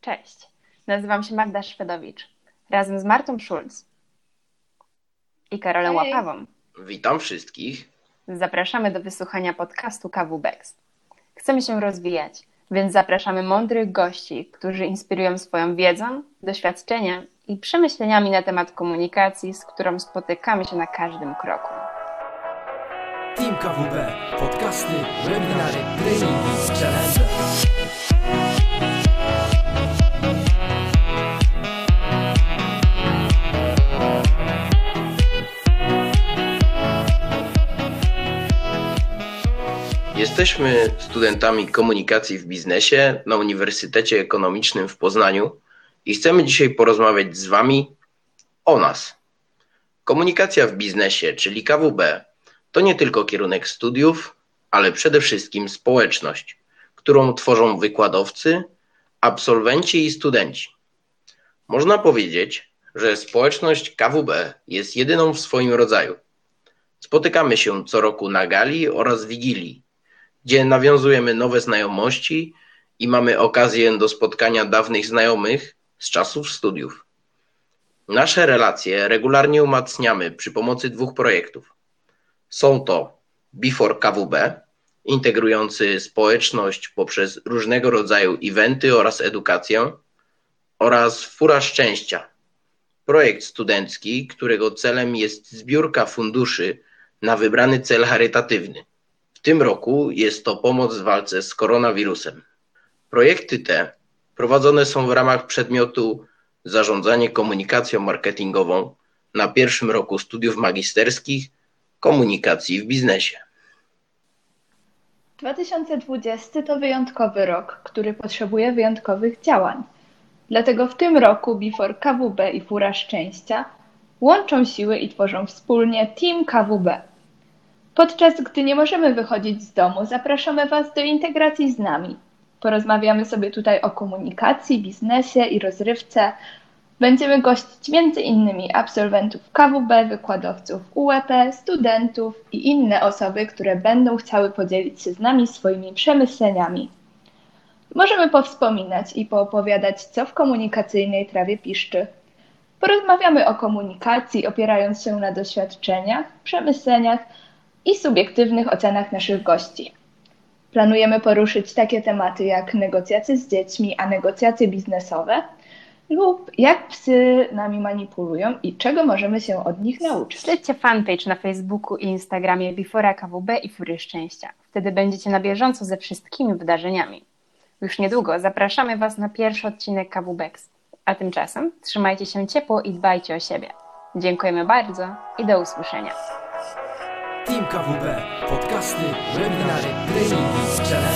Cześć, nazywam się Magda Szwedowicz. Razem z Martą Schulz i Karolą Hej. Łapawą Witam wszystkich. zapraszamy do wysłuchania podcastu KWBEX. Chcemy się rozwijać, więc zapraszamy mądrych gości, którzy inspirują swoją wiedzą, doświadczeniem i przemyśleniami na temat komunikacji, z którą spotykamy się na każdym kroku. Team KWB, podcasty, webinary, treningi, challenge. Jesteśmy studentami komunikacji w biznesie na Uniwersytecie Ekonomicznym w Poznaniu i chcemy dzisiaj porozmawiać z Wami o nas. Komunikacja w biznesie, czyli KWB, to nie tylko kierunek studiów, ale przede wszystkim społeczność, którą tworzą wykładowcy, absolwenci i studenci. Można powiedzieć, że społeczność KWB jest jedyną w swoim rodzaju. Spotykamy się co roku na gali oraz wigilii, gdzie nawiązujemy nowe znajomości i mamy okazję do spotkania dawnych znajomych z czasów studiów. Nasze relacje regularnie umacniamy przy pomocy 2 projektów. Są to Before KWB, integrujący społeczność poprzez różnego rodzaju eventy oraz edukację, oraz Fura Szczęścia, projekt studencki, którego celem jest zbiórka funduszy na wybrany cel charytatywny. W tym roku jest to pomoc w walce z koronawirusem. Projekty te prowadzone są w ramach przedmiotu Zarządzanie komunikacją marketingową na 1. roku studiów magisterskich komunikacji w biznesie. 2020 to wyjątkowy rok, który potrzebuje wyjątkowych działań. Dlatego w tym roku Before KWB i Fura Szczęścia łączą siły i tworzą wspólnie Team KWB. Podczas gdy nie możemy wychodzić z domu, zapraszamy Was do integracji z nami. Porozmawiamy sobie tutaj o komunikacji, biznesie i rozrywce. Będziemy gościć m.in. absolwentów KWB, wykładowców UEP, studentów i inne osoby, które będą chciały podzielić się z nami swoimi przemyśleniami. Możemy powspominać i poopowiadać, co w komunikacyjnej trawie piszczy. Porozmawiamy o komunikacji, opierając się na doświadczeniach, przemyśleniach i subiektywnych ocenach naszych gości. Planujemy poruszyć takie tematy jak negocjacje z dziećmi, a negocjacje biznesowe lub jak psy nami manipulują i czego możemy się od nich nauczyć. Śledźcie fanpage na Facebooku i Instagramie Before KWB i Fury Szczęścia. Wtedy będziecie na bieżąco ze wszystkimi wydarzeniami. Już niedługo zapraszamy Was na pierwszy odcinek KWBEX. A tymczasem trzymajcie się ciepło i dbajcie o siebie. Dziękujemy bardzo i do usłyszenia. Team KWB, podcasty, webinary, treningi, challenge.